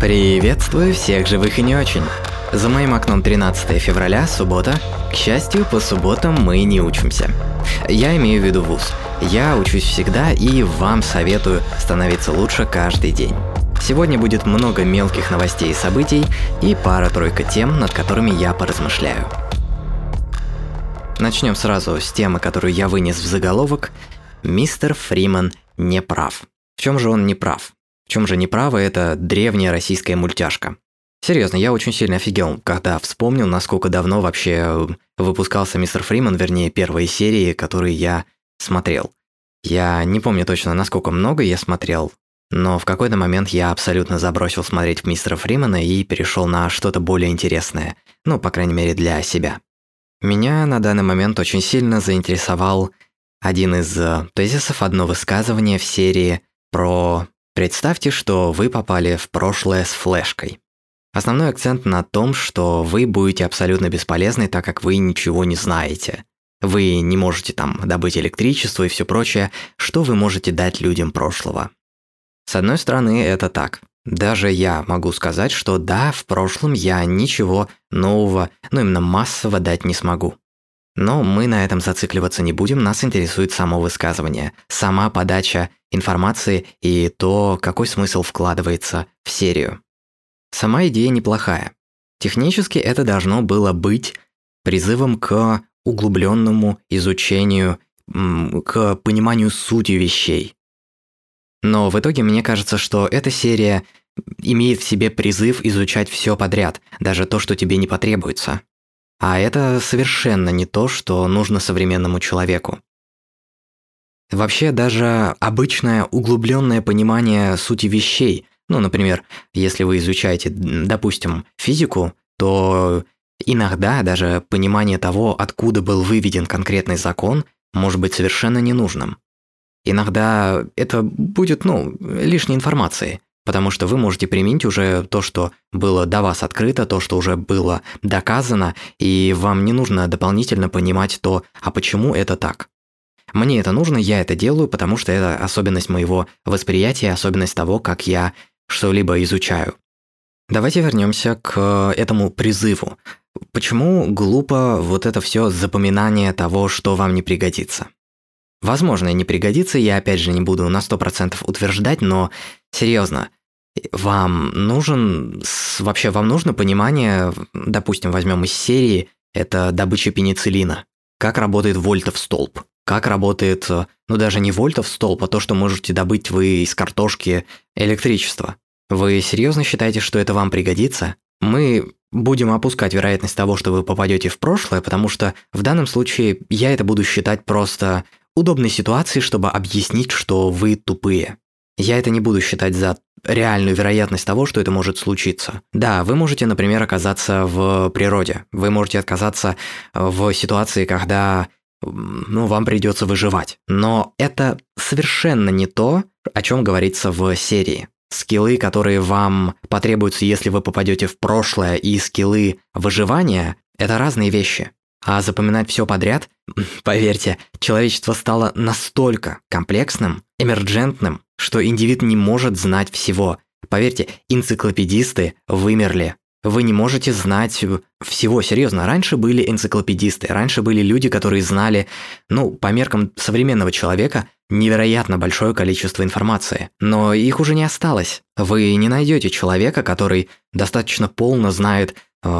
Приветствую всех живых и не очень. За моим окном 13 февраля, суббота. К счастью, по субботам мы не учимся. Я имею в виду вуз. Я учусь всегда и вам советую становиться лучше каждый день. Сегодня будет много мелких новостей и событий и пара-тройка тем, над которыми я поразмышляю. Начнем сразу с темы, которую я вынес в заголовок. Мистер Фриман не прав. В чем же он не прав? В чем же неправо эта древняя российская мультяшка? Серьезно, я очень сильно офигел, когда вспомнил, насколько давно вообще выпускался Мистер Фриман, вернее, первые серии, которые я смотрел. Я не помню точно, насколько много я смотрел, но в какой-то момент я абсолютно забросил смотреть Мистера Фримана и перешел на что-то более интересное, ну, по крайней мере, для себя. Меня на данный момент очень сильно заинтересовал один из тезисов, одно высказывание в серии про «Представьте, что вы попали в прошлое с флешкой». Основной акцент на том, что вы будете абсолютно бесполезны, так как вы ничего не знаете. Вы не можете там добыть электричество и все прочее, что вы можете дать людям прошлого. С одной стороны, это так. Даже я могу сказать, что да, в прошлом я ничего нового, именно массово дать не смогу. Но мы на этом зацикливаться не будем, нас интересует само высказывание, сама подача информации и то, какой смысл вкладывается в серию. Сама идея неплохая. Технически это должно было быть призывом к углубленному изучению, к пониманию сути вещей. Но в итоге мне кажется, что эта серия имеет в себе призыв изучать все подряд, даже то, что тебе не потребуется. А это совершенно не то, что нужно современному человеку. Вообще даже обычное углубленное понимание сути вещей, например, если вы изучаете, допустим, физику, то иногда даже понимание того, откуда был выведен конкретный закон, может быть совершенно ненужным. Иногда это будет, лишней информацией, потому что вы можете применить уже то, что было до вас открыто, то, что уже было доказано, и вам не нужно дополнительно понимать то, а почему это так. Мне это нужно, я это делаю, потому что это особенность моего восприятия, особенность того, как я что-либо изучаю. Давайте вернемся к этому призыву. Почему глупо вот это все запоминание того, что вам не пригодится? Возможно, не пригодится, я опять же не буду на 100% утверждать, но серьезно, вам нужно понимание, допустим, возьмем из серии, это добыча пенициллина, как работает вольтов столб, как работает, даже не вольтов столб, а то, что можете добыть вы из картошки электричество. Вы серьезно считаете, что это вам пригодится? Мы будем опускать вероятность того, что вы попадете в прошлое, потому что в данном случае я это буду считать просто удобной ситуацией, чтобы объяснить, что вы тупые. Я это не буду считать за реальную вероятность того, что это может случиться. Да, вы можете, например, оказаться в природе. Вы можете оказаться в ситуации, когда вам придется выживать. Но это совершенно не то, о чем говорится в серии. Скиллы, которые вам потребуются, если вы попадете в прошлое, и скиллы выживания – это разные вещи. А запоминать все подряд, поверьте, человечество стало настолько комплексным, эмерджентным, что индивид не может знать всего. Поверьте, энциклопедисты вымерли. Вы не можете знать всего, серьезно. Раньше были энциклопедисты, раньше были люди, которые знали, по меркам современного человека, невероятно большое количество информации. Но их уже не осталось. Вы не найдете человека, который достаточно полно знает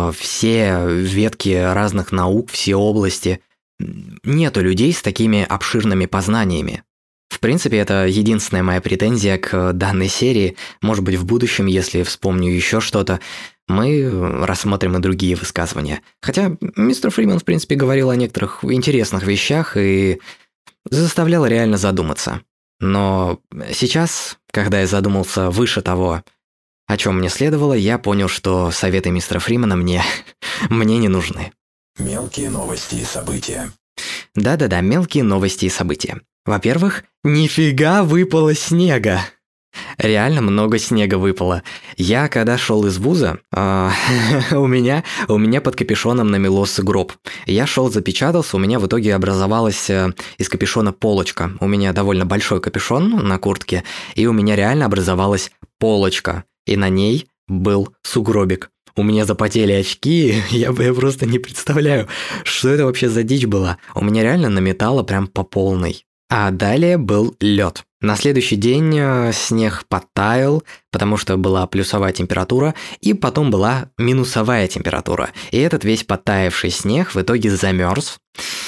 все ветки разных наук, все области. Нету людей с такими обширными познаниями. В принципе, это единственная моя претензия к данной серии. Может быть, в будущем, если вспомню еще что-то, мы рассмотрим и другие высказывания. Хотя мистер Фриман, в принципе, говорил о некоторых интересных вещах и заставлял реально задуматься. Но сейчас, когда я задумался выше того, о чем мне следовало, я понял, что советы мистера Фримана мне не нужны. Мелкие новости и события. Да-да-да, мелкие новости и события. Во-первых, нифига выпало снега. Реально много снега выпало. Я когда шел из вуза, у меня под капюшоном намело сугроб. Я шел, запечатался, у меня в итоге образовалась из капюшона полочка. У меня довольно большой капюшон на куртке, и у меня реально образовалась полочка. И на ней был сугробик. У меня запотели очки, я просто не представляю, что это вообще за дичь была. У меня реально наметало прям по полной. А далее был лед. На следующий день снег подтаял, потому что была плюсовая температура, и потом была минусовая температура. И этот весь подтаявший снег в итоге замерз,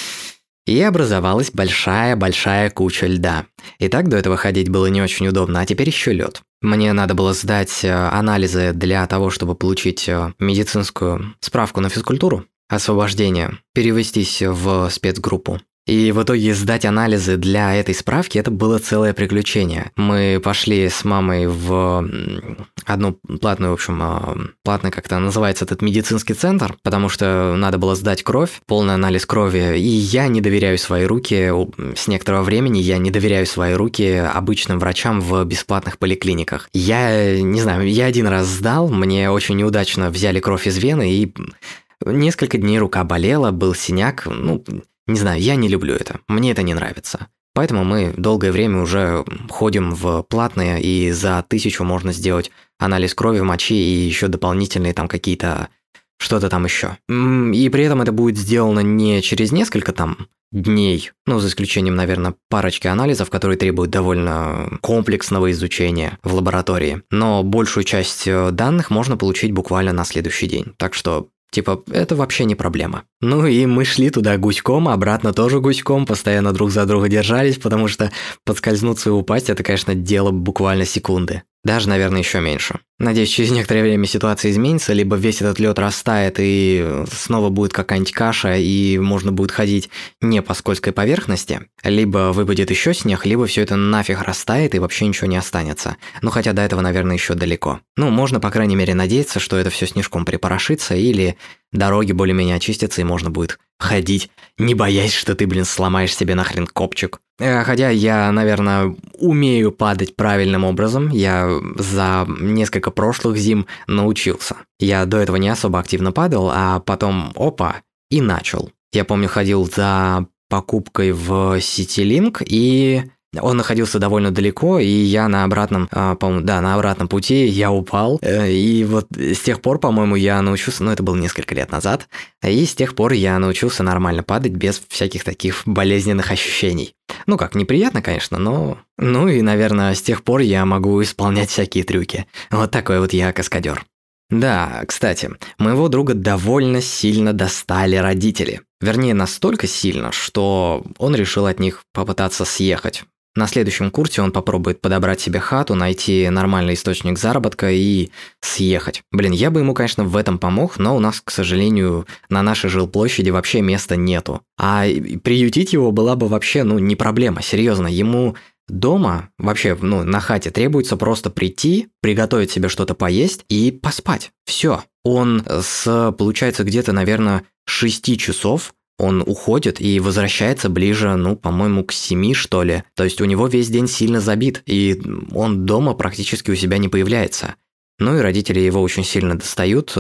и образовалась большая-большая куча льда. И так до этого ходить было не очень удобно, а теперь еще лед. Мне надо было сдать анализы для того, чтобы получить медицинскую справку на физкультуру, освобождение, перевестись в спецгруппу. И в итоге сдать анализы для этой справки – это было целое приключение. Мы пошли с мамой в одну платную, в общем, платный, как это называется, этот медицинский центр, потому что надо было сдать кровь, полный анализ крови, и я не доверяю свои руки, с некоторого времени я не доверяю свои руки обычным врачам в бесплатных поликлиниках. Я не знаю, я один раз сдал, мне очень неудачно взяли кровь из вены, и несколько дней рука болела, был синяк, не знаю, я не люблю это, мне это не нравится. Поэтому мы долгое время уже ходим в платные, и за 1000 можно сделать анализ крови, мочи и еще дополнительные там какие-то, что-то там еще. И при этом это будет сделано не через несколько там дней, за исключением, наверное, парочки анализов, которые требуют довольно комплексного изучения в лаборатории. Но большую часть данных можно получить буквально на следующий день. Так что это вообще не проблема. И мы шли туда гуськом, обратно тоже гуськом, постоянно друг за друга держались, потому что подскользнуться и упасть – это, конечно, дело буквально секунды. Даже, наверное, еще меньше. Надеюсь, через некоторое время ситуация изменится, либо весь этот лед растает и снова будет какая-нибудь каша, и можно будет ходить не по скользкой поверхности, либо выпадет еще снег, либо все это нафиг растает и вообще ничего не останется. Хотя до этого, наверное, еще далеко. Можно, по крайней мере, надеяться, что это все снежком припорошится, или дороги более-менее очистятся, и можно будет ходить, не боясь, что ты, сломаешь себе нахрен копчик. Хотя я, наверное, умею падать правильным образом, я за несколько прошлых зим научился. Я до этого не особо активно падал, а потом опа, и начал. Я помню, ходил за покупкой в CityLink, и он находился довольно далеко, и я на обратном, на обратном пути я упал, и вот с тех пор, по-моему, я научился, это было несколько лет назад, и с тех пор я научился нормально падать без всяких таких болезненных ощущений. Неприятно, конечно, но... и, наверное, с тех пор я могу исполнять всякие трюки. Вот такой вот я каскадер. Да, кстати, моего друга довольно сильно достали родители. Вернее, настолько сильно, что он решил от них попытаться съехать. На следующем курсе он попробует подобрать себе хату, найти нормальный источник заработка и съехать. Я бы ему, конечно, в этом помог, но у нас, к сожалению, на нашей жилплощади вообще места нету. А приютить его была бы вообще, не проблема, серьезно. Ему дома, вообще, на хате требуется просто прийти, приготовить себе что-то поесть и поспать. Все. Он получается, где-то, наверное, 6 часов он уходит и возвращается ближе, по-моему, к 7, что ли. То есть у него весь день сильно забит, и он дома практически у себя не появляется. И родители его очень сильно достают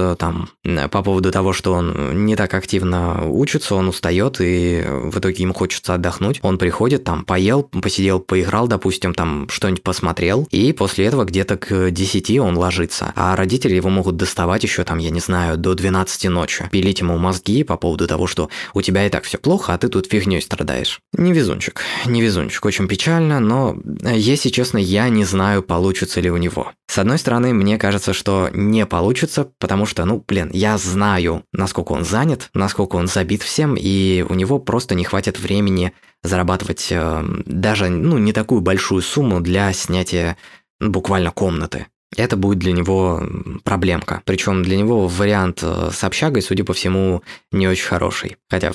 по поводу того, что он не так активно учится, он устает, и в итоге ему хочется отдохнуть. Он приходит, поел, посидел, поиграл, допустим, что-нибудь посмотрел, и после этого где-то к 10 он ложится. А родители его могут доставать еще я не знаю, до 12 ночи. Пилить ему мозги по поводу того, что у тебя и так все плохо, а ты тут фигней страдаешь. Невезунчик, очень печально, но, если честно, я не знаю, получится ли у него. С одной стороны, мне кажется, что не получится, потому что, я знаю, насколько он занят, насколько он забит всем, и у него просто не хватит времени зарабатывать даже, не такую большую сумму для снятия буквально комнаты. Это будет для него проблемка. Причем для него вариант с общагой, судя по всему, не очень хороший. Хотя,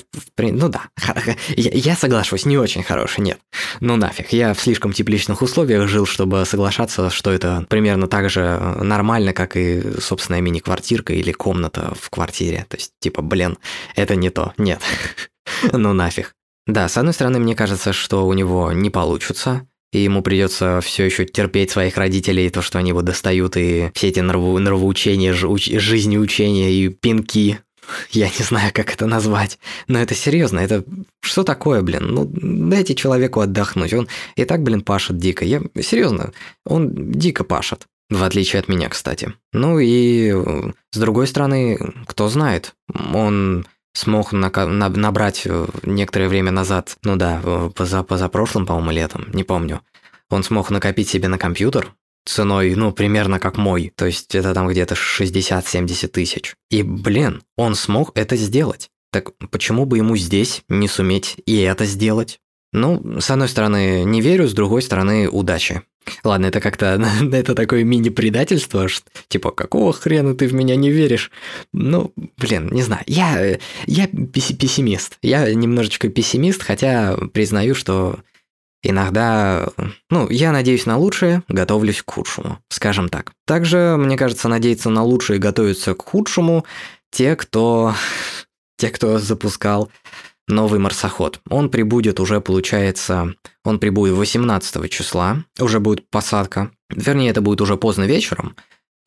я соглашусь, не очень хороший, нет. Нафиг, я в слишком тепличных условиях жил, чтобы соглашаться, что это примерно так же нормально, как и собственная мини-квартирка или комната в квартире. То есть, это не то, нет. Нафиг. Да, с одной стороны, мне кажется, что у него не получится, и ему придется все еще терпеть своих родителей, то, что они его достают, и все эти нравоучения, жизнеучения и пинки. Я не знаю, как это назвать. Но это серьезно, это что такое, дайте человеку отдохнуть. Он и так, пашет дико. Серьезно, он дико пашет. В отличие от меня, кстати. Ну и с другой стороны, кто знает, он смог набрать некоторое время назад, ну да, позапрошлым, по-моему, летом, не помню, он смог накопить себе на компьютер ценой, ну, примерно как мой, то есть это там где-то 60-70 тысяч. И, блин, он смог это сделать. Так почему бы ему здесь не суметь и это сделать? Ну, с одной стороны, не верю, с другой стороны, удачи. Ладно, это как-то, это такое мини-предательство, типа, какого хрена ты в меня не веришь? Ну, блин, не знаю, я пессимист, я немножечко пессимист, хотя признаю, что иногда, ну, я надеюсь на лучшее, готовлюсь к худшему, скажем так. Также, мне кажется, надеяться на лучшее и готовиться к худшему те, кто запускал новый марсоход. Он прибудет уже, получается, он прибудет 18 числа, уже будет посадка. Вернее, это будет уже поздно вечером,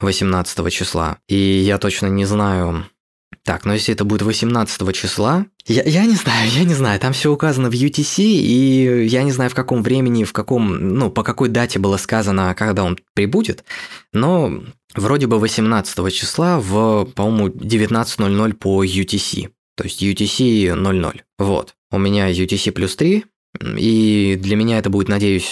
18 числа. И я точно не знаю... Так, но если это будет 18 числа... Я не знаю, там все указано в UTC, и я не знаю, в каком времени, по какой дате было сказано, когда он прибудет, но вроде бы 18 числа по-моему, 19:00 по UTC. То есть UTC 00. Вот. У меня UTC плюс 3, и для меня это будет, надеюсь,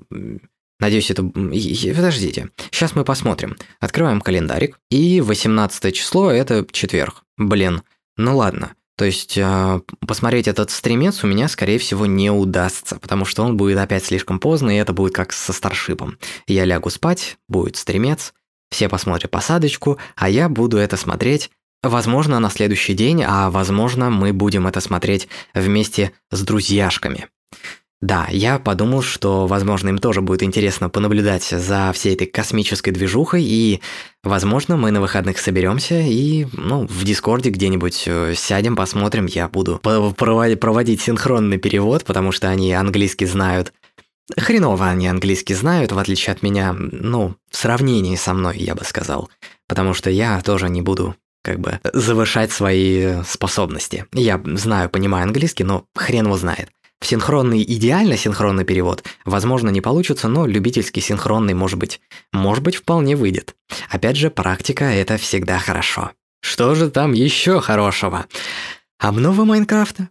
это... Подождите. Сейчас мы посмотрим. Открываем календарик, и 18 число – это четверг. Блин, ну ладно. То есть посмотреть этот стримец у меня, скорее всего, не удастся, потому что он будет опять слишком поздно, и это будет как со Старшипом. Я лягу спать, будет стримец, все посмотрят посадочку, а я буду это смотреть... Возможно, на следующий день, а возможно, мы будем это смотреть вместе с друзьяшками. Да, я подумал, что, возможно, им тоже будет интересно понаблюдать за всей этой космической движухой, и, возможно, мы на выходных соберемся и, в Дискорде где-нибудь сядем, посмотрим, я буду проводить синхронный перевод, потому что они английский знают. Хреново они английский знают, в отличие от меня, в сравнении со мной, я бы сказал, потому что я тоже не буду... завышать свои способности. Я знаю, понимаю английский, но хрен его знает. В идеально синхронный перевод, возможно, не получится, но любительский синхронный, может быть, вполне выйдет. Опять же, практика – это всегда хорошо. Что же там еще хорошего? Обнова Майнкрафта.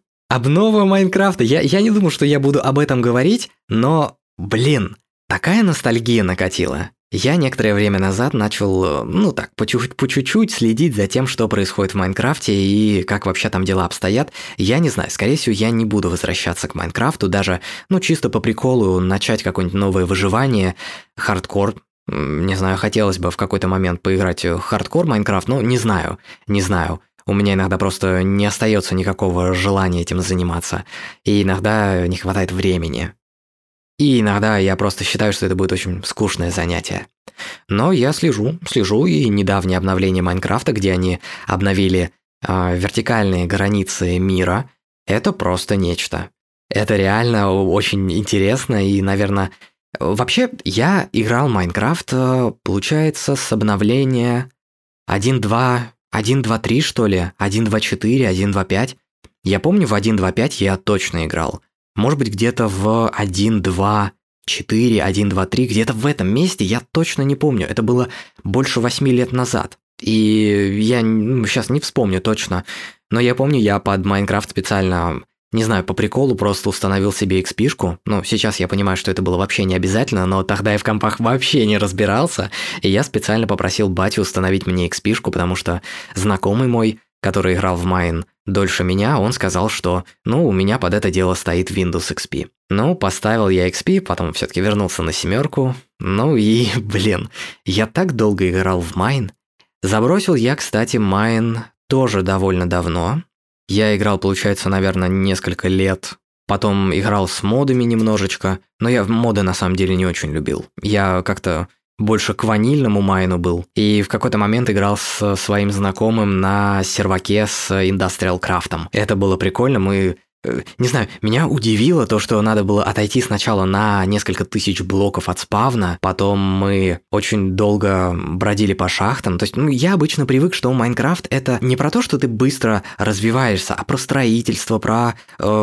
Я не думал, что я буду об этом говорить, но, блин, такая ностальгия накатила. Я некоторое время назад начал, по чуть-чуть следить за тем, что происходит в Майнкрафте и как вообще там дела обстоят. Я не знаю, скорее всего, я не буду возвращаться к Майнкрафту, даже, чисто по приколу начать какое-нибудь новое выживание, хардкор. Не знаю, хотелось бы в какой-то момент поиграть в хардкор Майнкрафт, но не знаю. У меня иногда просто не остается никакого желания этим заниматься, и иногда не хватает времени. И иногда я просто считаю, что это будет очень скучное занятие. Но я слежу, и недавнее обновление Майнкрафта, где они обновили вертикальные границы мира, это просто нечто. Это реально очень интересно, и, наверное... Вообще, я играл в Майнкрафт, получается, с обновления 1.2.3, что ли, 1.2.4, 1.2.5. Я помню, в 1.2.5 я точно играл. Может быть, где-то в 1.2.4, 1.2.3, где-то в этом месте, я точно не помню. Это было больше 8 лет назад. И я сейчас не вспомню точно. Но я помню, я под Майнкрафт специально, не знаю, по приколу просто установил себе XP-шку. Сейчас я понимаю, что это было вообще не обязательно, но тогда я в компах вообще не разбирался. И я специально попросил батю установить мне XP-шку, потому что знакомый мой, который играл в Майн дольше меня, он сказал, что, у меня под это дело стоит Windows XP. Поставил я XP, потом все-таки вернулся на 7. И, блин, я так долго играл в Майн. Забросил я, кстати, Майн тоже довольно давно. Я играл, получается, наверное, несколько лет. Потом играл с модами немножечко, но я моды на самом деле не очень любил. Я как-то... больше к ванильному Майну был. И в какой-то момент играл с своим знакомым на серваке с Industrial Craft'ом. Это было прикольно, мы Не знаю, меня удивило то, что надо было отойти сначала на несколько тысяч блоков от спавна, потом мы очень долго бродили по шахтам. То есть, я обычно привык, что Майнкрафт — это не про то, что ты быстро развиваешься, а про строительство, про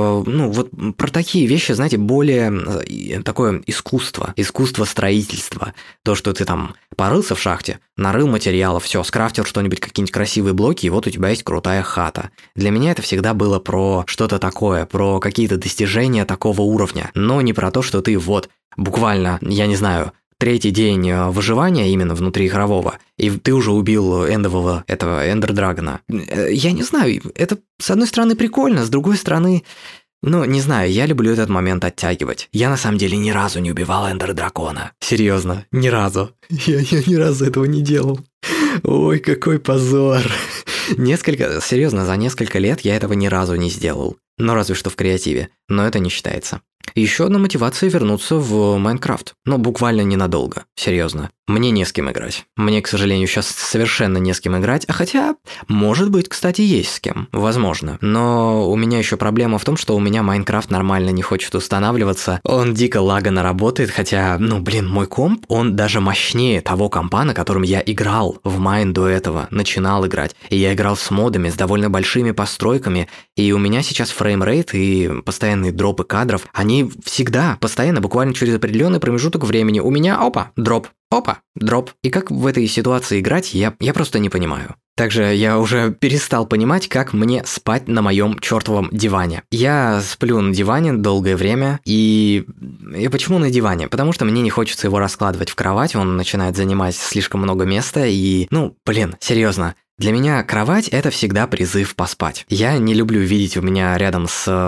такие вещи, знаете, более такое искусство строительства. То, что ты там порылся в шахте, нарыл материалов, все, скрафтил что-нибудь, какие-нибудь красивые блоки, и вот у тебя есть крутая хата. Для меня это всегда было про что-то такое, про какие-то достижения такого уровня, но не про то, что ты вот буквально, я не знаю, третий день выживания именно внутриигрового, и ты уже убил эндер-драгона. Я не знаю, это с одной стороны прикольно, с другой стороны... не знаю, я люблю этот момент оттягивать. Я на самом деле ни разу не убивал эндер-дракона. Серьезно, ни разу. Я ни разу этого не делал. Ой, какой позор. Серьезно, за несколько лет я этого ни разу не сделал. Разве что в креативе, но это не считается. Еще одна мотивация вернуться в Майнкрафт. Буквально ненадолго, серьезно. Мне не с кем играть. Мне, к сожалению, сейчас совершенно не с кем играть. Хотя, может быть, кстати, есть с кем. Возможно. Но у меня еще проблема в том, что у меня Майнкрафт нормально не хочет устанавливаться. Он дико лаганно работает, хотя, мой комп, он даже мощнее того компа, на котором я играл в Майн до этого. Начинал играть. И я играл с модами, с довольно большими постройками. И у меня сейчас фреймрейт и постоянные дропы кадров, они всегда, постоянно, буквально через определенный промежуток времени у меня дроп. И как в этой ситуации играть, я просто не понимаю. Также я уже перестал понимать, как мне спать на моем чертовом диване. Я сплю на диване долгое время, и почему на диване? Потому что мне не хочется его раскладывать в кровать, он начинает занимать слишком много места, и, серьезно. Для меня кровать – это всегда призыв поспать. Я не люблю видеть у меня рядом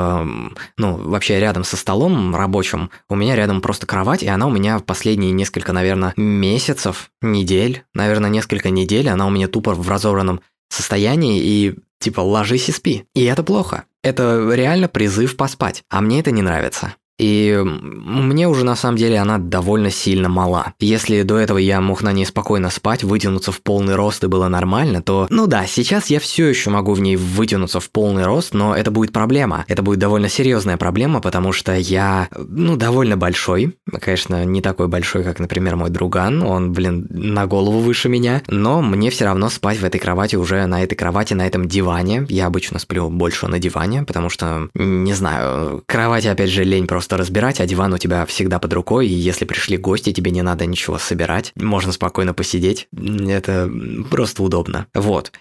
рядом со столом рабочим, у меня рядом просто кровать, и она у меня последние несколько, наверное, месяцев, несколько недель, она у меня тупо в разобранном состоянии, и ложись и спи. И это плохо. Это реально призыв поспать, а мне это не нравится. И мне уже на самом деле она довольно сильно мала. Если до этого я мог на ней спокойно спать, вытянуться в полный рост и было нормально, то, сейчас я все еще могу в ней вытянуться в полный рост, но это будет проблема. Это будет довольно серьезная проблема, потому что я, довольно большой. Конечно, не такой большой, как, например, мой друган. Он, на голову выше меня. Но мне все равно спать в этой кровати уже на этой кровати, на этом диване. Я обычно сплю больше на диване, потому что, не знаю, кровать, опять же, лень просто разбирать, а диван у тебя всегда под рукой, и если пришли гости, тебе не надо ничего собирать, можно спокойно посидеть, это просто удобно. Вот.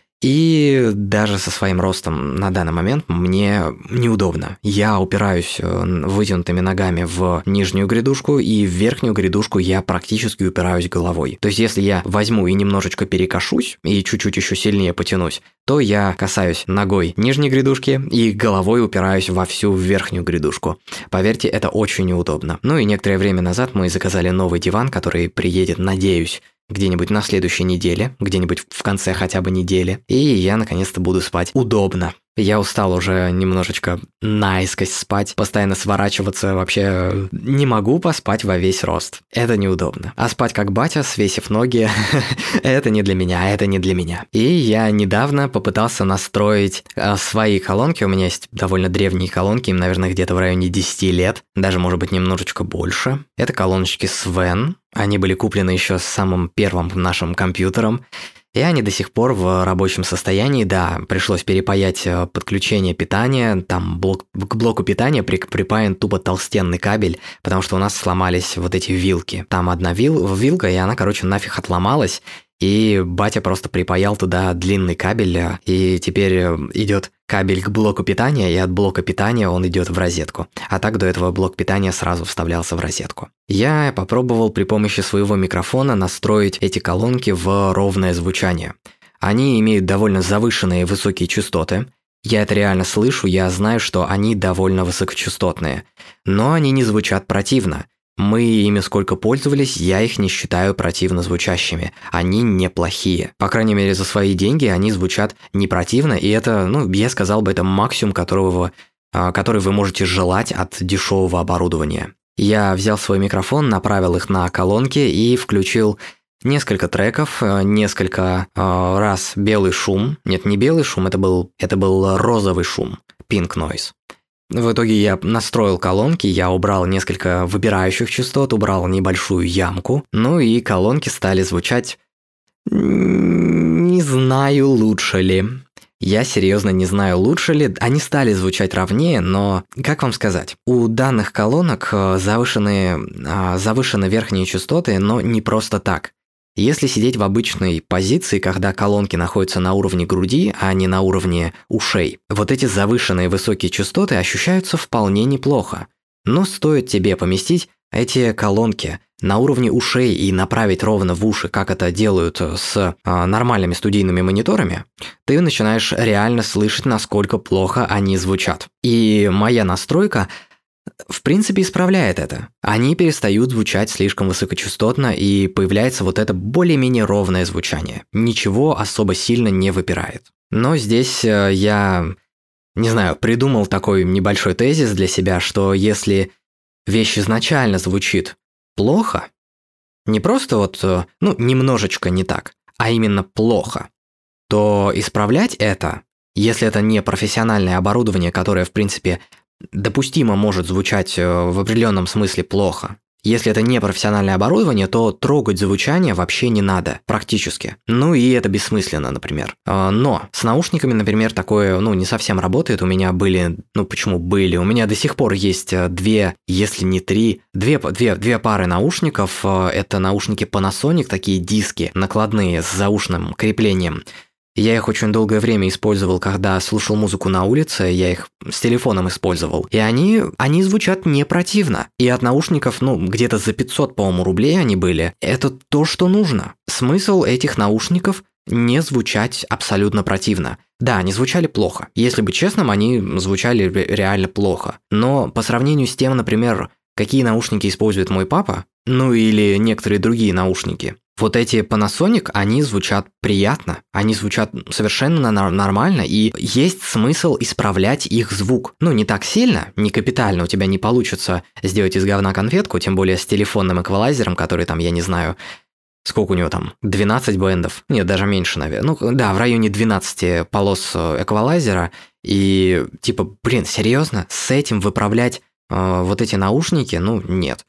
И даже со своим ростом на данный момент мне неудобно. Я упираюсь вытянутыми ногами в нижнюю грядушку, и в верхнюю грядушку я практически упираюсь головой. То есть, если я возьму и немножечко перекошусь, и чуть-чуть еще сильнее потянусь, то я касаюсь ногой нижней грядушки и головой упираюсь во всю верхнюю грядушку. Поверьте, это очень неудобно. И некоторое время назад мы заказали новый диван, который приедет, надеюсь, где-нибудь на следующей неделе, где-нибудь в конце хотя бы недели, и я наконец-то буду спать удобно. Я устал уже немножечко наискось спать, постоянно сворачиваться, вообще не могу поспать во весь рост. Это неудобно. А спать как батя, свесив ноги, это не для меня. И я недавно попытался настроить свои колонки, у меня есть довольно древние колонки, им, наверное, где-то в районе 10 лет, даже, может быть, немножечко больше. Это колоночки Sven, они были куплены еще с самым первым нашим компьютером, и они до сих пор в рабочем состоянии, да, пришлось перепаять подключение питания, там к блоку питания припаян тупо толстенный кабель, потому что у нас сломались вот эти вилки. Там одна вилка, и она, нафиг отломалась, и батя просто припаял туда длинный кабель, и теперь идет кабель к блоку питания, и от блока питания он идет в розетку. А так до этого блок питания сразу вставлялся в розетку. Я попробовал при помощи своего микрофона настроить эти колонки в ровное звучание. Они имеют довольно завышенные высокие частоты. Я это реально слышу, я знаю, что они довольно высокочастотные. Но они не звучат противно. Мы ими сколько пользовались, я их не считаю противно звучащими. Они неплохие. По крайней мере, за свои деньги они звучат не противно, и это, я сказал бы, это максимум, который вы можете желать от дешевого оборудования. Я взял свой микрофон, направил их на колонки и включил несколько треков, несколько раз белый шум. Нет, не белый шум, это был розовый шум, pink noise. В итоге я настроил колонки, я убрал несколько выбирающих частот, убрал небольшую ямку, ну и колонки стали звучать... Не знаю, лучше ли. Я серьезно не знаю, лучше ли. Они стали звучать ровнее, но, как вам сказать, у данных колонок завышены верхние частоты, но не просто так. Если сидеть в обычной позиции, когда колонки находятся на уровне груди, а не на уровне ушей, вот эти завышенные высокие частоты ощущаются вполне неплохо. Но стоит тебе поместить эти колонки на уровне ушей и направить ровно в уши, как это делают с нормальными студийными мониторами, ты начинаешь реально слышать, насколько плохо они звучат. И моя настройка в принципе исправляет это. Они перестают звучать слишком высокочастотно, и появляется вот это более-менее ровное звучание. Ничего особо сильно не выпирает. Но здесь я, не знаю, придумал такой небольшой тезис для себя, что если вещь изначально звучит плохо, не просто вот, немножечко не так, а именно плохо, то исправлять это, если это не профессиональное оборудование, которое, в принципе, допустимо может звучать в определенном смысле плохо. Если это не профессиональное оборудование, то трогать звучание вообще не надо, практически. Ну и это бессмысленно, например. Но с наушниками, например, такое, не совсем работает. У меня были, почему были? У меня до сих пор есть две, если не три, две пары наушников. Это наушники Panasonic, такие диски накладные с заушным креплением. Я их очень долгое время использовал, когда слушал музыку на улице, я их с телефоном использовал. И они звучат не противно. И от наушников, где-то за 500, по-моему, рублей они были. Это то, что нужно. Смысл этих наушников не звучать абсолютно противно. Да, они звучали плохо. Если быть честным, они звучали реально плохо. Но по сравнению с тем, например, какие наушники использует мой папа, или некоторые другие наушники, вот эти Panasonic, они звучат приятно, они звучат совершенно нормально, и есть смысл исправлять их звук. Не так сильно, не капитально, у тебя не получится сделать из говна конфетку, тем более с телефонным эквалайзером, который там, я не знаю, сколько у него там, 12 бендов? Нет, даже меньше, наверное. В районе 12 полос эквалайзера, и серьезно, с этим выправлять вот эти наушники? Нет,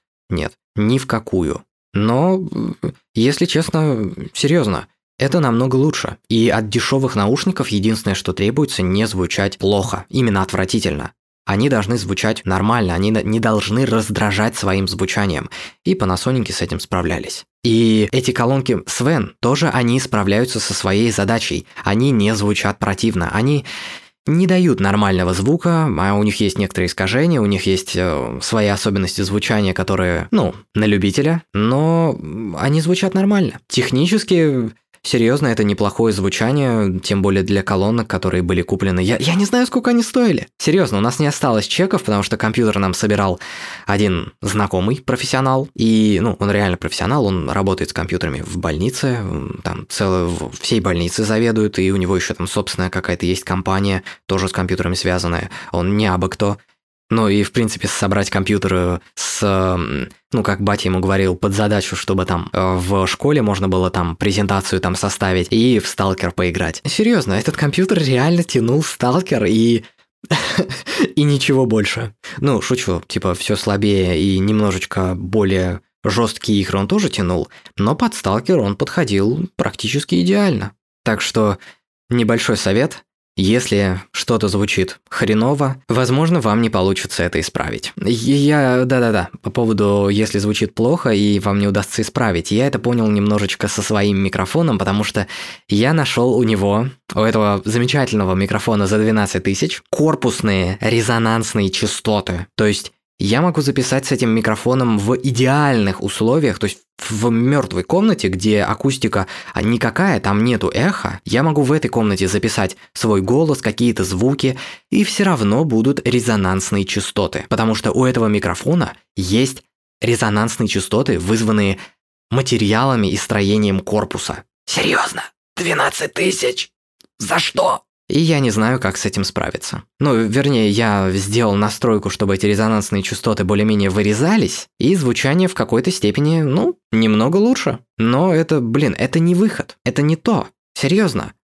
ни в какую. Но, если честно, серьезно, это намного лучше. И от дешевых наушников единственное, что требуется, не звучать плохо, именно отвратительно. Они должны звучать нормально, они не должны раздражать своим звучанием. И Panasonic с этим справлялись. И эти колонки Sven тоже они справляются со своей задачей. Они не звучат противно, они не дают нормального звука, а у них есть некоторые искажения, у них есть свои особенности звучания, которые, на любителя, но они звучат нормально. Технически, серьезно, это неплохое звучание, тем более для колонок, которые были куплены. Я не знаю, сколько они стоили. Серьезно, у нас не осталось чеков, потому что компьютер нам собирал один знакомый профессионал, и, он реально профессионал, он работает с компьютерами в больнице, там всей больницы заведует, и у него еще там собственная какая-то есть компания, тоже с компьютерами связанная, он не абы кто. И, в принципе, собрать компьютер как батя ему говорил, под задачу, чтобы там в школе можно было там презентацию там составить и в Сталкер поиграть. Серьезно, этот компьютер реально тянул Сталкер и ничего больше. Шучу, все слабее и немножечко более жесткие игры он тоже тянул, но под Сталкер он подходил практически идеально. Так что небольшой совет. Если что-то звучит хреново, возможно, вам не получится это исправить. По поводу, если звучит плохо и вам не удастся исправить, я это понял немножечко со своим микрофоном, потому что я нашел у этого замечательного микрофона за 12 тысяч, корпусные резонансные частоты. То есть я могу записать с этим микрофоном в идеальных условиях, то есть в мертвой комнате, где акустика никакая, там нету эха, я могу в этой комнате записать свой голос, какие-то звуки, и все равно будут резонансные частоты, потому что у этого микрофона есть резонансные частоты, вызванные материалами и строением корпуса. Серьезно? 12 тысяч? За что? И я не знаю, как с этим справиться. Вернее, я сделал настройку, чтобы эти резонансные частоты более-менее вырезались, и звучание в какой-то степени, немного лучше. Но это не выход, это не то. Серьезно.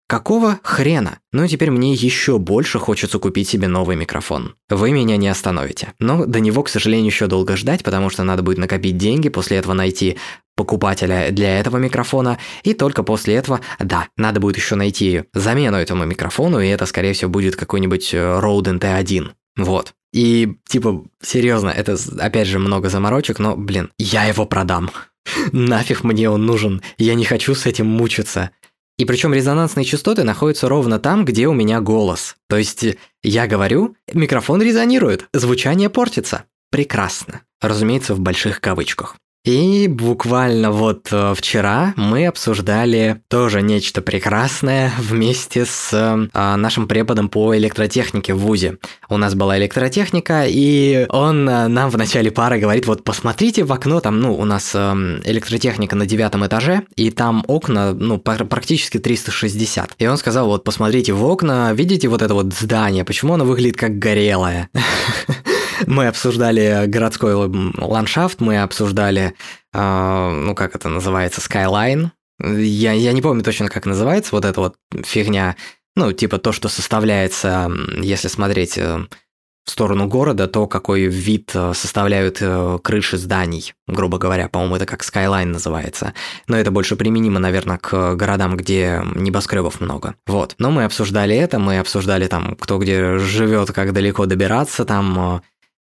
Какого хрена? Ну и теперь мне еще больше хочется купить себе новый микрофон. Вы меня не остановите. Но до него, к сожалению, еще долго ждать, потому что надо будет накопить деньги, после этого найти покупателя для этого микрофона, и только после этого, да, надо будет еще найти замену этому микрофону, и это, скорее всего, будет какой-нибудь Rode NT1. Вот. И, типа, серьезно, это, опять же, много заморочек, но, блин, я его продам. Нафиг мне он нужен, я не хочу с этим мучиться. И причем резонансные частоты находятся ровно там, где у меня голос. То есть я говорю, микрофон резонирует, звучание портится. Прекрасно. Разумеется, в больших кавычках. И буквально вот вчера мы обсуждали тоже нечто прекрасное вместе с нашим преподом по электротехнике в вузе. У нас была электротехника, и он нам в начале пары говорит, вот посмотрите в окно, там, у нас электротехника на 9 этаже, и там окна, практически 360. И он сказал, вот посмотрите в окна, видите вот это вот здание, почему оно выглядит как горелое? Мы обсуждали городской ландшафт, мы обсуждали, как это называется, Skyline. Я не помню точно, как называется вот эта вот фигня. Типа то, что составляется, если смотреть в сторону города, то какой вид составляют крыши зданий, грубо говоря. По-моему, это как Skyline называется. Но это больше применимо, наверное, к городам, где небоскребов много. Вот. Но мы обсуждали это, мы обсуждали там, кто где живет, как далеко добираться, там...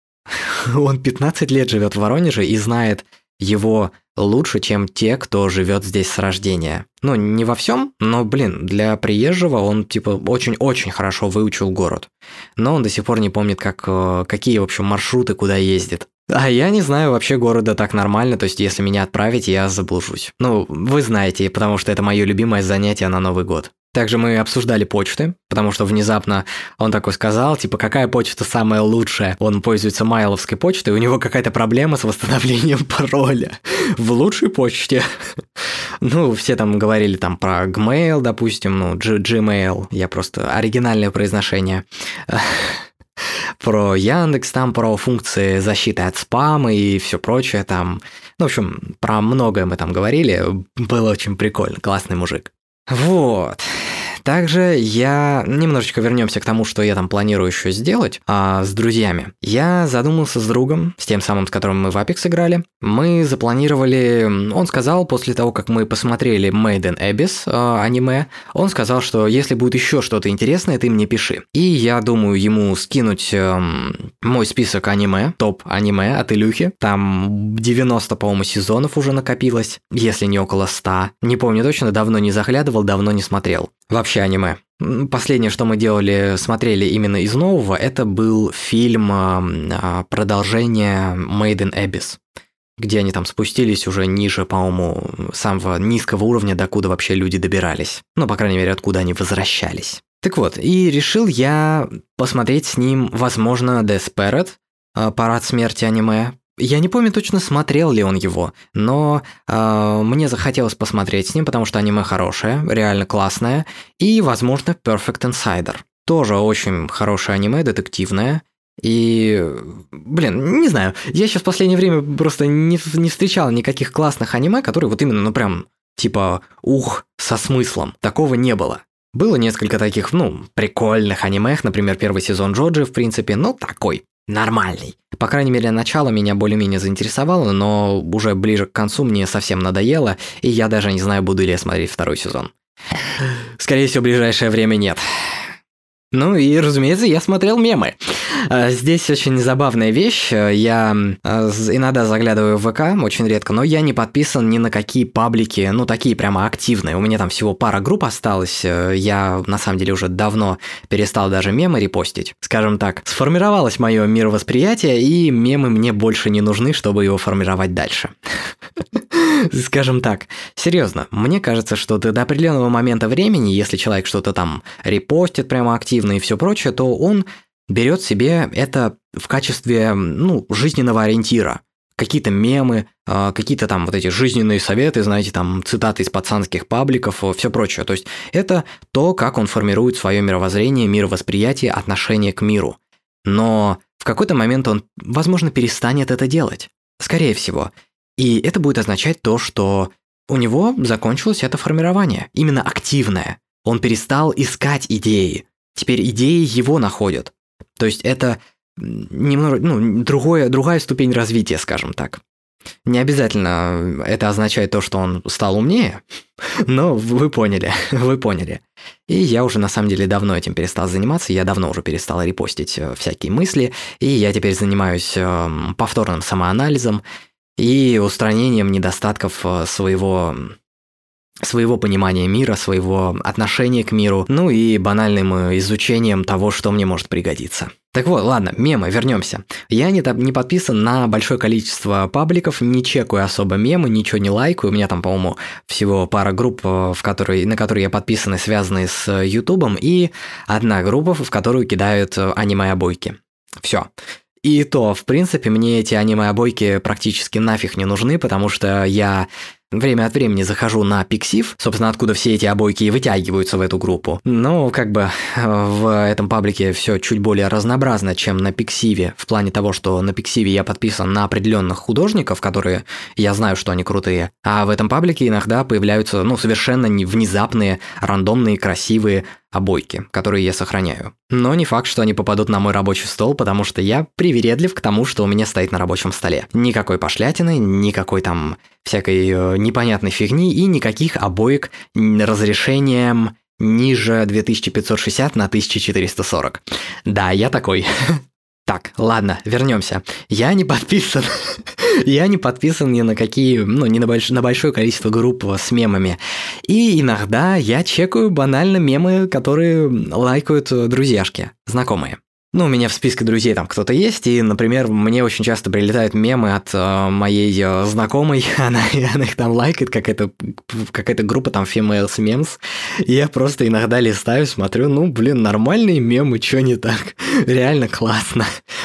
Он 15 лет живет в Воронеже и знает его лучше, чем те, кто живет здесь с рождения. Не во всем, но, для приезжего он, очень-очень хорошо выучил город. Но он до сих пор не помнит, какие, в общем, маршруты, куда ездит. А я не знаю вообще города так нормально, то есть если меня отправить, я заблужусь. Вы знаете, потому что это мое любимое занятие на Новый год. Также мы обсуждали почты, потому что внезапно он такой сказал, какая почта самая лучшая. Он пользуется майловской почтой, у него какая-то проблема с восстановлением пароля в лучшей почте. Все там говорили про Gmail, допустим, Gmail, я просто оригинальное произношение. Про Яндекс, про функции защиты от спама и все прочее там. В общем, про многое мы там говорили, было очень прикольно, классный мужик. Вот. Также немножечко вернемся к тому, что я там планирую еще сделать с друзьями. Я задумался с другом, с тем самым, с которым мы в Apex играли. Мы запланировали... Он сказал, после того, как мы посмотрели Made in Abyss аниме, он сказал, что если будет еще что-то интересное, ты мне пиши. И я думаю ему скинуть мой список аниме, топ-аниме от Илюхи. Там 90, по-моему, сезонов уже накопилось, если не около 100. Не помню точно, давно не заглядывал, давно не смотрел. Вообще аниме. Последнее, что мы смотрели именно из нового, это был фильм продолжение Made in Abyss, где они там спустились уже ниже, по-моему, самого низкого уровня, докуда вообще люди добирались. По крайней мере, откуда они возвращались. Так вот, и решил я посмотреть с ним, возможно, Desperate, парад смерти аниме. Я не помню точно, смотрел ли он его, но мне захотелось посмотреть с ним, потому что аниме хорошее, реально классное, и, возможно, Perfect Insider. Тоже очень хорошее аниме, детективное, и, не знаю, я сейчас в последнее время просто не встречал никаких классных аниме, которые вот именно, прям, со смыслом. Такого не было. Было несколько таких, прикольных аниме, например, первый сезон Джоджи, в принципе, такой. Нормальный. По крайней мере, начало меня более-менее заинтересовало, но уже ближе к концу мне совсем надоело, и я даже не знаю, буду ли я смотреть второй сезон. Скорее всего, в ближайшее время нет. И, разумеется, я смотрел мемы. Здесь очень забавная вещь. Я иногда заглядываю в ВК, очень редко, но я не подписан ни на какие паблики, такие прямо активные. У меня там всего пара групп осталось. Я, на самом деле, уже давно перестал даже мемы репостить. Скажем так, сформировалось мое мировосприятие, и мемы мне больше не нужны, чтобы его формировать дальше. Скажем так, серьезно, мне кажется, что до определенного момента времени, если человек что-то там репостит прямо активно и все прочее, то он берет себе это в качестве, жизненного ориентира. Какие-то мемы, какие-то там вот эти жизненные советы, знаете, там цитаты из пацанских пабликов, все прочее. То есть это то, как он формирует свое мировоззрение, мировосприятие, отношение к миру. Но в какой-то момент он, возможно, перестанет это делать. Скорее всего. И это будет означать то, что у него закончилось это формирование, именно активное. Он перестал искать идеи. Теперь идеи его находят. То есть это немного, другая ступень развития, скажем так. Не обязательно это означает то, что он стал умнее, но вы поняли. И я уже на самом деле давно этим перестал заниматься, я давно уже перестал репостить всякие мысли, и я теперь занимаюсь повторным самоанализом и устранением недостатков своего понимания мира, своего отношения к миру, ну и банальным изучением того, что мне может пригодиться. Так вот, ладно, мемы, вернемся. Я не подписан на большое количество пабликов, не чекаю особо мемы, ничего не лайкаю. У меня там, по-моему, всего пара групп, на которые я подписан, связанные с Ютубом, и одна группа, в которую кидают аниме-обойки. Все. И то, в принципе, мне эти аниме-обойки практически нафиг не нужны, потому что я время от времени захожу на Pixiv, собственно, откуда все эти обойки и вытягиваются в эту группу. Но как бы в этом паблике все чуть более разнообразно, чем на Pixiv, в плане того, что на Pixiv я подписан на определенных художников, которые я знаю, что они крутые, а в этом паблике иногда появляются, совершенно внезапные, рандомные, красивые обойки, которые я сохраняю. Но не факт, что они попадут на мой рабочий стол, потому что я привередлив к тому, что у меня стоит на рабочем столе. Никакой пошлятины, никакой там всякой непонятной фигни и никаких обоек разрешением ниже 2560 на 1440. Да, я такой. Так, ладно, вернемся. Я не подписан ни на какие, на большое количество групп с мемами. И иногда я чекаю банально мемы, которые лайкают друзьяшки, знакомые. У меня в списке друзей там кто-то есть, и, например, мне очень часто прилетают мемы от моей знакомой, она их там лайкает, какая-то группа там Females Memes, и я просто иногда листаю, смотрю, нормальные мемы, чё не так? Реально классно.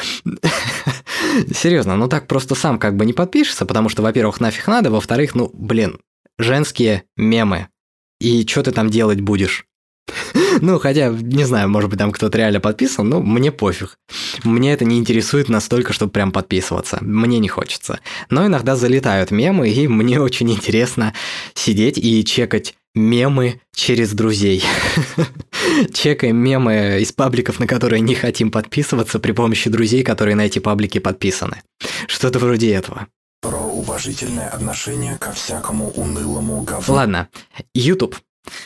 Серьезно, так просто сам как бы не подпишешься, потому что, во-первых, нафиг надо, во-вторых, женские мемы, и что ты там делать будешь? Хотя, не знаю, может быть, там кто-то реально подписан, но мне пофиг. Мне это не интересует настолько, чтобы прям подписываться. Мне не хочется. Но иногда залетают мемы, и мне очень интересно сидеть и чекать мемы через друзей. Чекаем мемы из пабликов, на которые не хотим подписываться, при помощи друзей, которые на эти паблики подписаны. Что-то вроде этого. Про уважительное отношение ко всякому унылому говну. Ладно, YouTube.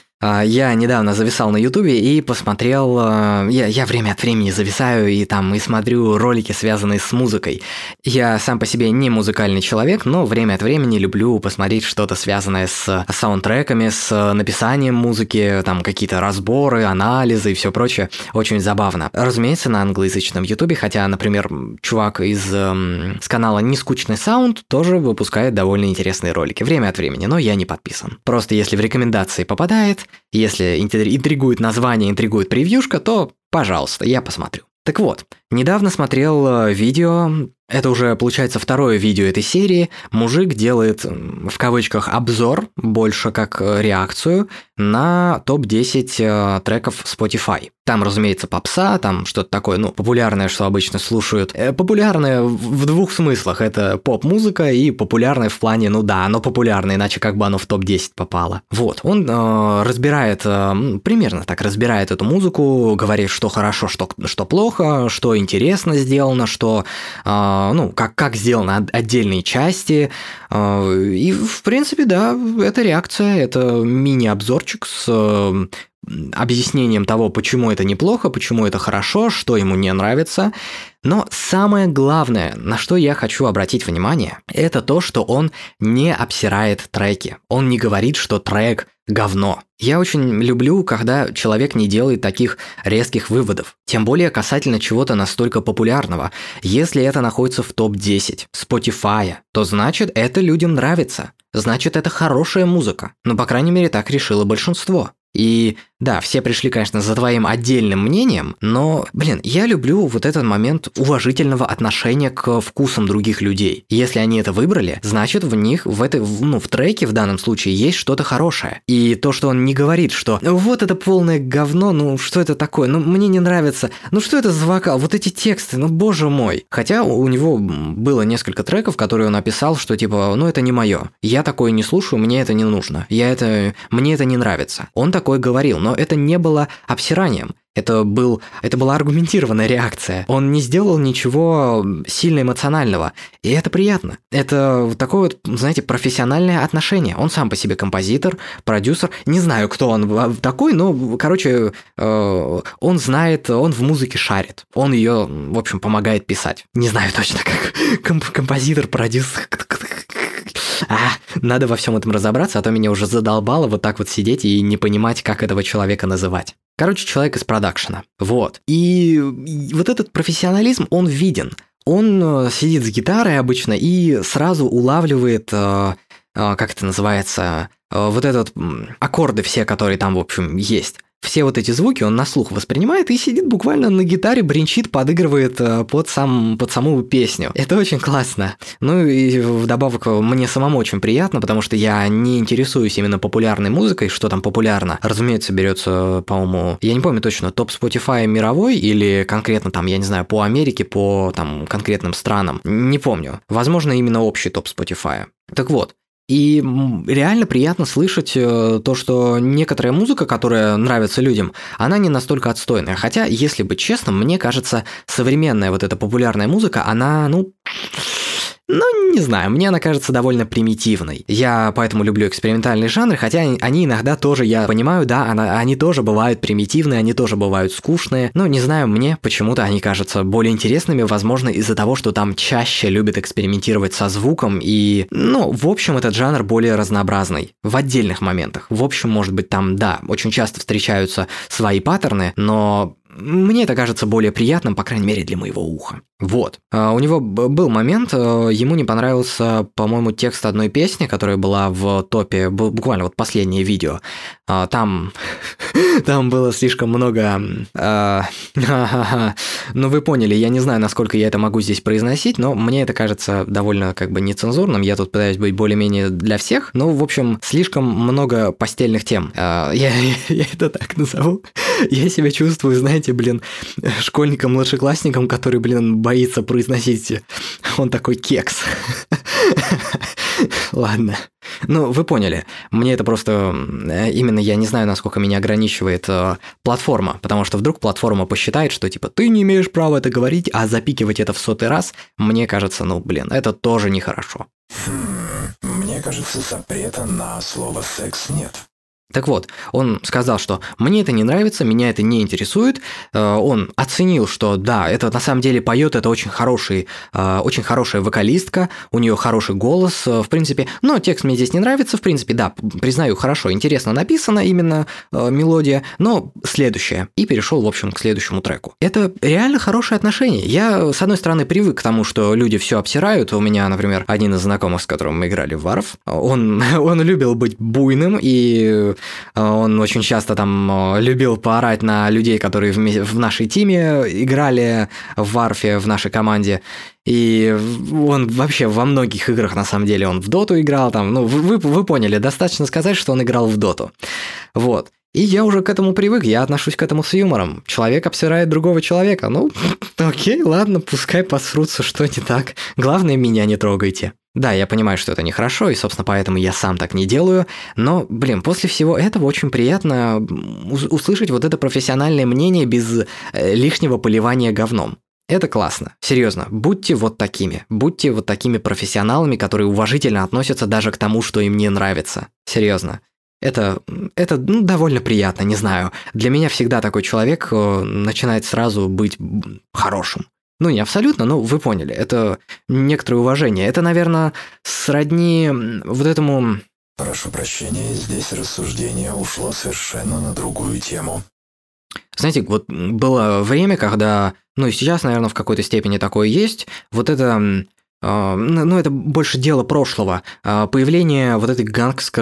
Я недавно зависал на Ютубе и посмотрел, я время от времени зависаю и смотрю ролики, связанные с музыкой. Я сам по себе не музыкальный человек, но время от времени люблю посмотреть что-то связанное с саундтреками, с написанием музыки, какие-то разборы, анализы и все прочее. Очень забавно. Разумеется, на англоязычном Ютубе, хотя, например, чувак с канала «Нескучный саунд» тоже выпускает довольно интересные ролики. Время от времени, но я не подписан. Просто если в рекомендации попадает, если интригует название, интригует превьюшка, то, пожалуйста, я посмотрю. Так вот, недавно смотрел видео, это уже, получается, второе видео этой серии. Мужик делает, в кавычках, обзор, больше как реакцию, на топ-10 треков Spotify. Там, разумеется, попса, там что-то такое, популярное, что обычно слушают. Популярное в двух смыслах. Это поп-музыка и популярное в плане, оно популярное, иначе как бы оно в топ-10 попало. Вот, он разбирает, примерно так разбирает эту музыку, говорит, что хорошо, что плохо, что интересно сделано, что, как сделаны отдельные части. И, в принципе, да, это реакция, это мини-обзорчик с объяснением того, почему это неплохо, почему это хорошо, что ему не нравится. Но самое главное, на что я хочу обратить внимание, это то, что он не обсирает треки. Он не говорит, что трек говно. Я очень люблю, когда человек не делает таких резких выводов. Тем более касательно чего-то настолько популярного. Если это находится в топ-10 Spotify, то значит это людям нравится. Значит это хорошая музыка. По крайней мере так решило большинство. И да, все пришли, конечно, за твоим отдельным мнением, но, я люблю вот этот момент уважительного отношения к вкусам других людей. Если они это выбрали, значит в них, в треке в данном случае есть что-то хорошее. И то, что он не говорит, что вот это полное говно, что это такое, мне не нравится, что это за вокал, вот эти тексты, боже мой. Хотя у него было несколько треков, которые он написал, что типа, это не мое, я такое не слушаю, мне это не нужно, мне это не нравится. Он такое говорил, но но это не было обсиранием. Это была аргументированная реакция. Он не сделал ничего сильно эмоционального. И это приятно. Это такое вот, знаете, профессиональное отношение. Он сам по себе композитор, продюсер. Не знаю, кто он такой, но, короче, он знает, он в музыке шарит. Он ее, в общем, помогает писать. Не знаю точно, как композитор, продюсер. Надо во всем этом разобраться, а то меня уже задолбало вот так вот сидеть и не понимать, как этого человека называть. Короче, человек из продакшена. Вот. И вот этот профессионализм, он виден. Он сидит с гитарой обычно и сразу улавливает, как это называется, вот этот аккорды все, которые там, в общем, есть. Все вот эти звуки он на слух воспринимает и сидит буквально на гитаре, бренчит, подыгрывает под саму песню. Это очень классно. Ну и вдобавок мне самому очень приятно, потому что я не интересуюсь именно популярной музыкой, что там популярно. Разумеется, берется, по-моему, я не помню точно, топ Spotify мировой или конкретно там, я не знаю, по Америке, по там конкретным странам. Не помню. Возможно, именно общий топ Spotify. Так вот. И реально приятно слышать то, что некоторая музыка, которая нравится людям, она не настолько отстойная. Хотя, если быть честным, мне кажется, современная вот эта популярная музыка, она, не знаю, мне она кажется довольно примитивной. Я поэтому люблю экспериментальные жанры, хотя они иногда тоже, я понимаю, да, они тоже бывают примитивные, они тоже бывают скучные. Но не знаю, мне почему-то они кажутся более интересными, возможно, из-за того, что там чаще любят экспериментировать со звуком и, в общем, этот жанр более разнообразный в отдельных моментах. В общем, может быть, там, да, очень часто встречаются свои паттерны, но мне это кажется более приятным, по крайней мере, для моего уха. Вот. У него был момент, ему не понравился, по-моему, текст одной песни, которая была в топе, буквально вот последнее видео. Там было слишком много... вы поняли, я не знаю, насколько я это могу здесь произносить, но мне это кажется довольно нецензурным. Я тут пытаюсь быть более-менее для всех. В общем, слишком много постельных тем. Я это так назову. Я себя чувствую, знаете, школьником-младшеклассником, который, боится произносить. Он такой кекс. Ладно. Вы поняли. Мне это просто... Именно я не знаю, насколько меня ограничивает платформа, потому что вдруг платформа посчитает, что ты не имеешь права это говорить, а запикивать это в 100-й раз, мне кажется, это тоже нехорошо. Мне кажется, запрета на слово «секс» нет. Так вот, он сказал, что мне это не нравится, меня это не интересует. Он оценил, что да, это на самом деле поет, это очень хорошая вокалистка, у нее хороший голос, в принципе. Но текст мне здесь не нравится, в принципе, да, признаю, хорошо, интересно написана именно мелодия, но следующее. И перешел, в общем, к следующему треку. Это реально хорошие отношения. Я, с одной стороны, привык к тому, что люди все обсирают. У меня, например, один из знакомых, с которым мы играли в Варф, он любил быть буйным, и он очень часто там любил поорать на людей, которые в нашей тиме играли в Варфе, в нашей команде. И он вообще во многих играх, на самом деле, он в доту играл. Там, вы поняли, достаточно сказать, что он играл в доту. Вот. И я уже к этому привык, я отношусь к этому с юмором. Человек обсирает другого человека. Окей, ладно, пускай посрутся, что не так. Главное, меня не трогайте. Да, я понимаю, что это нехорошо, и, собственно, поэтому я сам так не делаю, но, после всего этого очень приятно услышать вот это профессиональное мнение без лишнего поливания говном. Это классно, серьезно, будьте вот такими профессионалами, которые уважительно относятся даже к тому, что им не нравится, серьезно. Это довольно приятно, не знаю. Для меня всегда такой человек начинает сразу быть хорошим. Не абсолютно, но вы поняли, это некоторое уважение. Это, наверное, сродни вот этому... Прошу прощения, здесь рассуждение ушло совершенно на другую тему. Знаете, вот было время, когда, и сейчас, наверное, в какой-то степени такое есть, вот это... это больше дело прошлого. Появление вот этой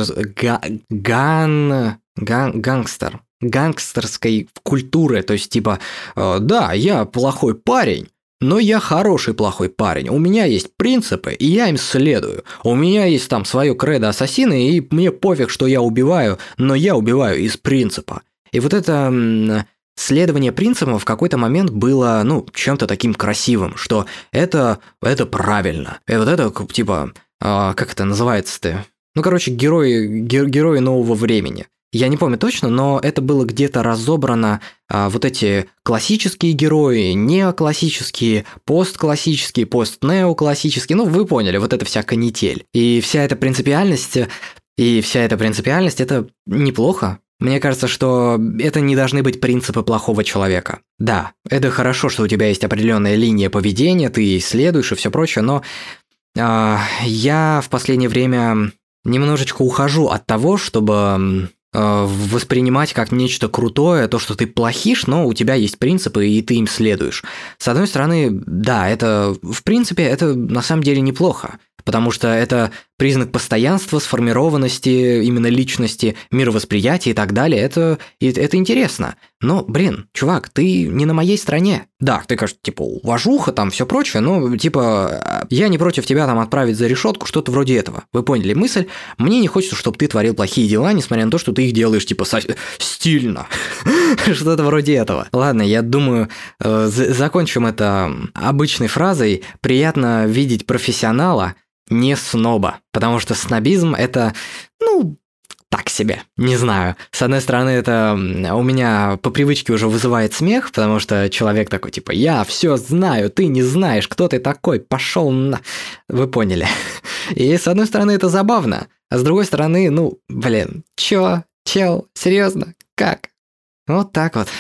гангстерской культуры, то есть да, я плохой парень, но я хороший плохой парень, у меня есть принципы, и я им следую. У меня есть там свое кредо ассасина, и мне пофиг, что я убиваю, но я убиваю из принципа. И вот это следование принципам в какой-то момент было, чем-то таким красивым, что это правильно. И вот это, как это называется-то? Герои нового времени. Я не помню точно, но это было где-то разобрано, вот эти классические герои, неоклассические, постклассические, постнеоклассические, ну вы поняли, вот эта вся канитель. И вся эта принципиальность, это неплохо. Мне кажется, что это не должны быть принципы плохого человека. Да, это хорошо, что у тебя есть определенная линия поведения, ты ей следуешь и все прочее, но я в последнее время немножечко ухожу от того, чтобы воспринимать как нечто крутое то, что ты плохиш, но у тебя есть принципы, и ты им следуешь. С одной стороны, да, это, в принципе, это на самом деле неплохо, потому что это признак постоянства, сформированности именно личности, мировосприятия и так далее. Это интересно. Но, блин, чувак, ты не на моей стороне. Да, ты, конечно, типа, уважуха, там, все прочее, но, типа, я не против тебя там отправить за решетку, что-то вроде этого. Вы поняли мысль? Мне не хочется, чтобы ты творил плохие дела, несмотря на то, что ты их делаешь, типа, стильно. Что-то вроде этого. Ладно, я думаю, закончим это обычной фразой. Приятно видеть профессионала, не сноба, потому что снобизм – это, так себе, не знаю. С одной стороны, это у меня по привычке уже вызывает смех, потому что человек такой, типа, я все знаю, ты не знаешь, кто ты такой, пошел на... Вы поняли. И с одной стороны, это забавно, а с другой стороны, чё, чел, серьезно, как? Вот так вот.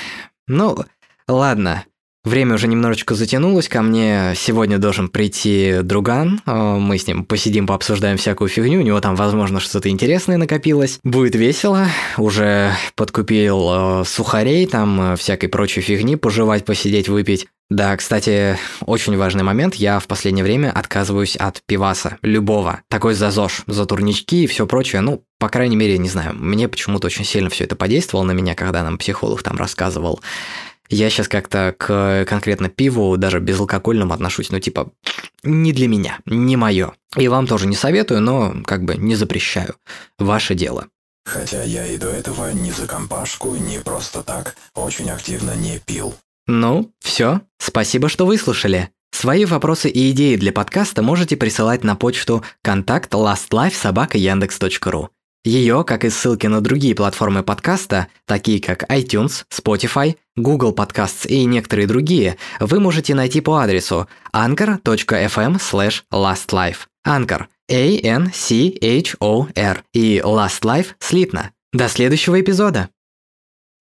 Ладно. Время уже немножечко затянулось, ко мне сегодня должен прийти друган, мы с ним посидим, пообсуждаем всякую фигню, у него там, возможно, что-то интересное накопилось, будет весело, уже подкупил сухарей, там всякой прочей фигни, пожевать, посидеть, выпить. Да, кстати, очень важный момент, я в последнее время отказываюсь от пиваса, любого, такой за ЗОЖ, за турнички и все прочее, по крайней мере, не знаю, мне почему-то очень сильно все это подействовало на меня, когда нам психолог там рассказывал. Я сейчас как-то к конкретно пиву, даже безалкогольному отношусь, не для меня, не мое. И вам тоже не советую, но не запрещаю. Ваше дело. Хотя я и до этого ни за компашку, ни просто так очень активно не пил. Все. Спасибо, что выслушали. Свои вопросы и идеи для подкаста можете присылать на почту contact@lastlife@yandex.ru. Ее, как и ссылки на другие платформы подкаста, такие как iTunes, Spotify, Google Podcasts и некоторые другие, вы можете найти по адресу anchor.fm/lastlife. Anchor. ANCHOR. И Last Life слитно. До следующего эпизода!